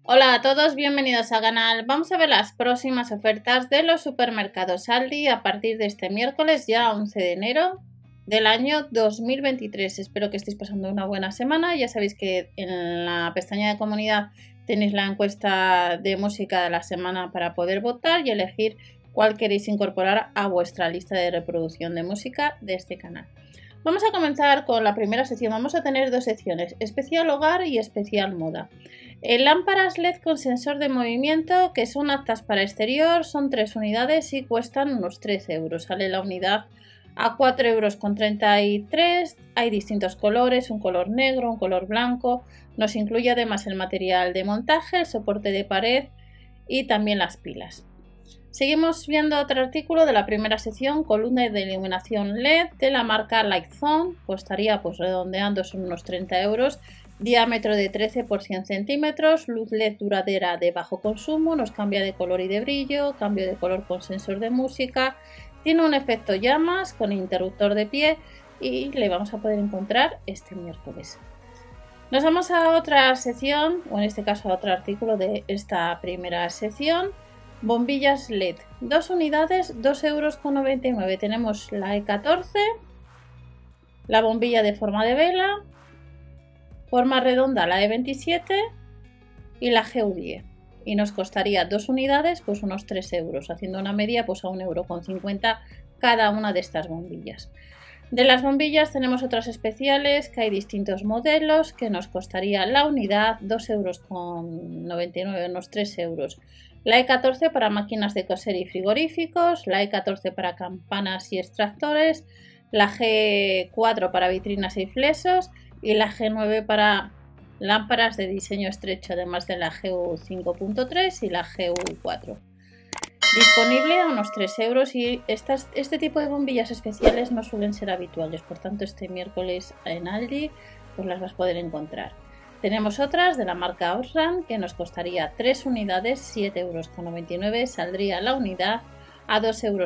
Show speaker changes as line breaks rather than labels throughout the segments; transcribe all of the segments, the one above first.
Hola a todos, bienvenidos al canal. Vamos a ver las próximas ofertas de los supermercados Aldi a partir de este miércoles, ya 11 de enero del año 2023. Espero que estéis pasando una buena semana. Ya sabéis que en la pestaña de comunidad tenéis la encuesta de música de la semana para poder votar y elegir cuál queréis incorporar a vuestra lista de reproducción de música de este canal. Vamos a comenzar con la primera sección. Vamos a tener dos secciones, especial hogar y especial moda. Lámparas LED con sensor de movimiento que son aptas para exterior, son 3 unidades y cuestan unos 13 euros. Sale la unidad a 4,33 euros. Hay distintos colores, un color negro, un color blanco. Nos incluye además el material de montaje, el soporte de pared y también las pilas. Seguimos viendo otro artículo de la primera sección, columna de iluminación LED de la marca Lightphone, costaría pues redondeando son unos 30 euros, diámetro de 13 por 100 centímetros, luz LED duradera de bajo consumo, nos cambia de color y de brillo, cambio de color con sensor de música, tiene un efecto llamas con interruptor de pie y le vamos a poder encontrar este miércoles. Nos vamos a otra sección, o en este caso a otro artículo de esta primera sección. Bombillas LED, 2 unidades, 2,99 euros. Tenemos la E14, la bombilla de forma de vela, forma redonda la E27 y la GU10. Y nos costaría 2 unidades, pues unos 3 euros, haciendo una media pues a 1,50 € cada una de estas bombillas. De las bombillas tenemos otras especiales, que hay distintos modelos, que nos costaría la unidad 2,99 €, unos 3 euros. La E14 para máquinas de coser y frigoríficos, la E14 para campanas y extractores, la G4 para vitrinas y flesos y la G9 para lámparas de diseño estrecho, además de la GU5.3 y la GU4. Disponible a unos 3 euros y este tipo de bombillas especiales no suelen ser habituales, por tanto este miércoles en Aldi pues las vas a poder encontrar. Tenemos otras de la marca Osram que nos costaría 3 unidades, 7,99 €, saldría la unidad a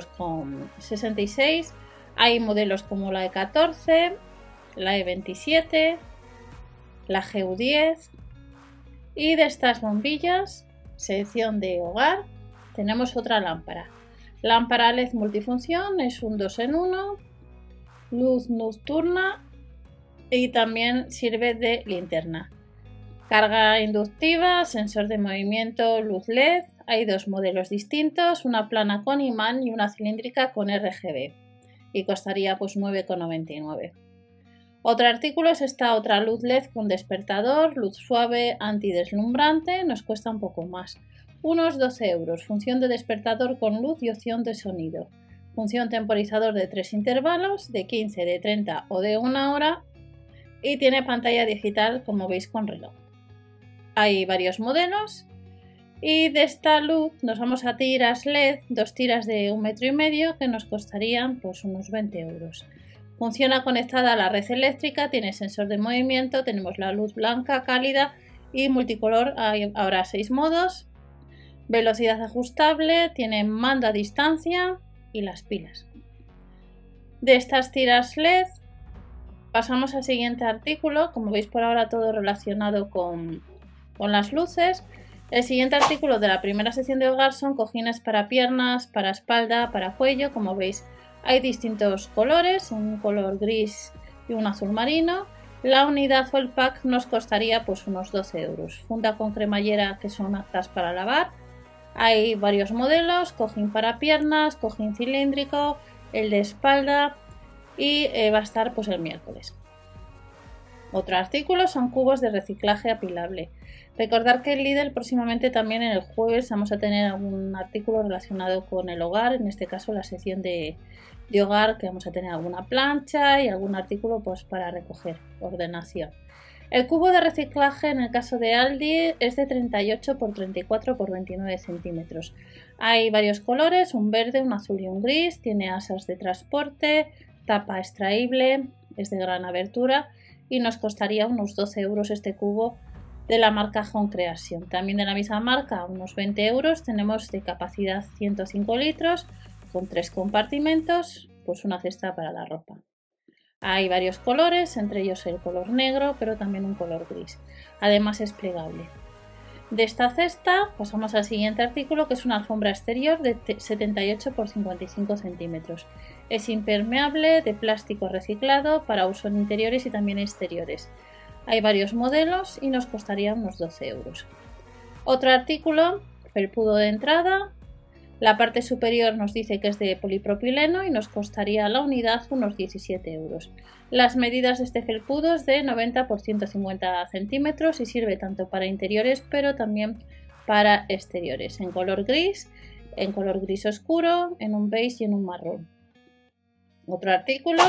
2,66 €. Hay modelos como la E14, la E27, la GU10 y de estas bombillas, sección de hogar, tenemos otra lámpara. Lámpara LED multifunción, es un 2 en 1, luz nocturna y también sirve de linterna. Carga inductiva, sensor de movimiento, luz LED. Hay dos modelos distintos, una plana con imán y una cilíndrica con RGB. Y costaría pues 9,99 €. Otro artículo es esta otra luz LED con despertador, luz suave, antideslumbrante, nos cuesta un poco más. Unos 12 euros, función de despertador con luz y opción de sonido. Función temporizador de 3 intervalos, de 15, de 30 o de 1 hora. Y tiene pantalla digital, como veis, con reloj. Hay varios modelos. Y de esta luz nos vamos a tiras LED, 2 tiras de 1,5 m, que nos costarían pues unos 20 euros. Funciona conectada a la red eléctrica, tiene sensor de movimiento, tenemos la luz blanca, cálida y multicolor, hay ahora 6 modos. Velocidad ajustable, tiene mando a distancia y las pilas. De estas tiras LED pasamos al siguiente artículo, como veis por ahora todo relacionado con las luces. El siguiente artículo de la primera sección de hogar son cojines para piernas, para espalda, para cuello. Como veis hay distintos colores, un color gris y un azul marino. La unidad o el pack nos costaría pues unos 12 euros. Funda con cremallera que son aptas para lavar. Hay varios modelos, cojín para piernas, cojín cilíndrico, el de espalda y va a estar pues el miércoles. Otro artículo son cubos de reciclaje apilable. Recordad que en Lidl próximamente también en el jueves vamos a tener algún artículo relacionado con el hogar, en este caso la sección de hogar, que vamos a tener alguna plancha y algún artículo pues para recoger, ordenación. El cubo de reciclaje en el caso de Aldi es de 38 x 34 x 29 centímetros. Hay varios colores, un verde, un azul y un gris, tiene asas de transporte, tapa extraíble, es de gran abertura y nos costaría unos 12 euros este cubo de la marca Home Creation. También de la misma marca, unos 20 euros, tenemos de capacidad 105 litros con 3 compartimentos, pues una cesta para la ropa. Hay varios colores, entre ellos el color negro, pero también un color gris. Además es plegable. De esta cesta pasamos al siguiente artículo, que es una alfombra exterior de 78 x 55 centímetros. Es impermeable, de plástico reciclado, para uso en interiores y también exteriores. Hay varios modelos y nos costaría unos 12 euros. Otro artículo, felpudo de entrada. La parte superior nos dice que es de polipropileno y nos costaría la unidad unos 17 euros. Las medidas de este felpudo es de 90 x 150 centímetros y sirve tanto para interiores pero también para exteriores, en color gris oscuro, en un beige y en un marrón. Otro artículo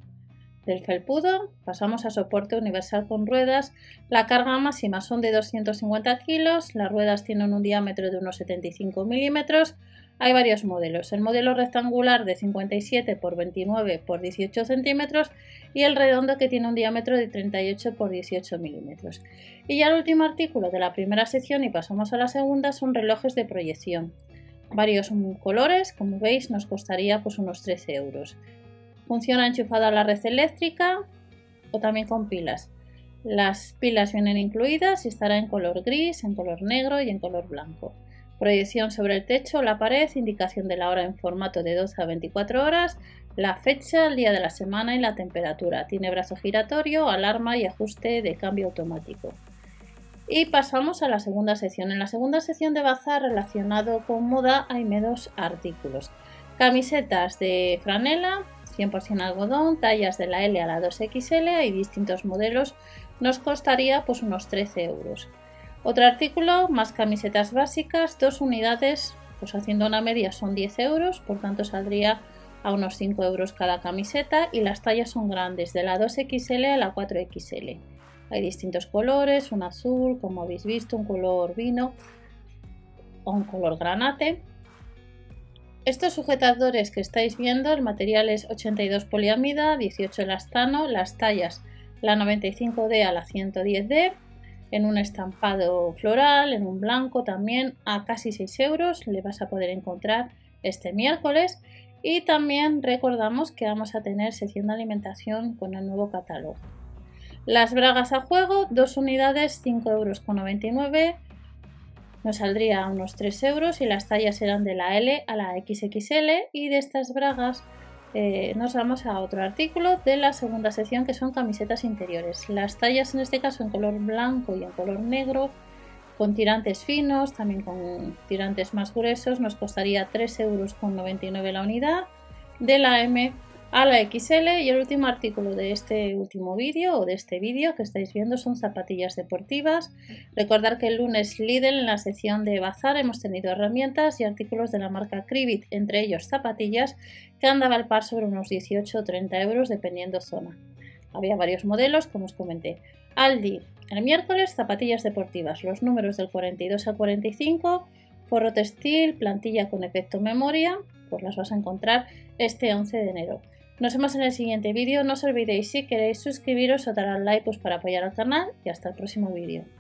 del felpudo, pasamos a soporte universal con ruedas. La carga máxima son de 250 kilos, las ruedas tienen un diámetro de unos 75 milímetros. Hay varios modelos, el modelo rectangular de 57 x 29 x 18 centímetros y el redondo que tiene un diámetro de 38 x 18 milímetros. Y ya el último artículo de la primera sección y pasamos a la segunda son relojes de proyección. Varios colores, como veis nos costaría pues unos 13 euros. Funciona enchufada a la red eléctrica o también con pilas. Las pilas vienen incluidas y estará en color gris, en color negro y en color blanco. Proyección sobre el techo o la pared, indicación de la hora en formato de 12 a 24 horas, la fecha, el día de la semana y la temperatura. Tiene brazo giratorio, alarma y ajuste de cambio automático. Y pasamos a la segunda sección. En la segunda sección de bazar relacionado con moda hay dos artículos. Camisetas de franela, 100% algodón, tallas de la L a la 2XL, hay distintos modelos, nos costaría pues unos 13 euros. Otro artículo, más camisetas básicas, 2 unidades, pues haciendo una media son 10 euros, por tanto saldría a unos 5 euros cada camiseta y las tallas son grandes, de la 2XL a la 4XL. Hay distintos colores, un azul, como habéis visto, un color vino o un color granate. Estos sujetadores que estáis viendo, el material es 82 poliamida, 18 elastano, las tallas la 95D a la 110D, en un estampado floral, en un blanco también, a casi 6 euros le vas a poder encontrar este miércoles. Y también recordamos que vamos a tener sección de alimentación con el nuevo catálogo. Las bragas a juego, 2 unidades, 5,99 euros, nos saldría a unos 3 euros y las tallas serán de la L a la XXL. Y de estas bragas nos vamos a otro artículo de la segunda sección, que son camisetas interiores. Las tallas en este caso en color blanco y en color negro, con tirantes finos, también con tirantes más gruesos, nos costaría 3,99 euros la unidad, de la M a la XL. Y el último artículo de este último vídeo o de este vídeo que estáis viendo son zapatillas deportivas. Recordar que el lunes Lidl, en la sección de bazar, hemos tenido herramientas y artículos de la marca Cribit, entre ellos zapatillas, que andaba al par sobre unos 18 o 30 euros dependiendo zona. Había varios modelos, como os comenté. Aldi, el miércoles, zapatillas deportivas, los números del 42 al 45, forro textil, plantilla con efecto memoria, pues las vas a encontrar este 11 de enero. Nos vemos en el siguiente vídeo. No os olvidéis, si queréis suscribiros o dar al like pues para apoyar al canal, y hasta el próximo vídeo.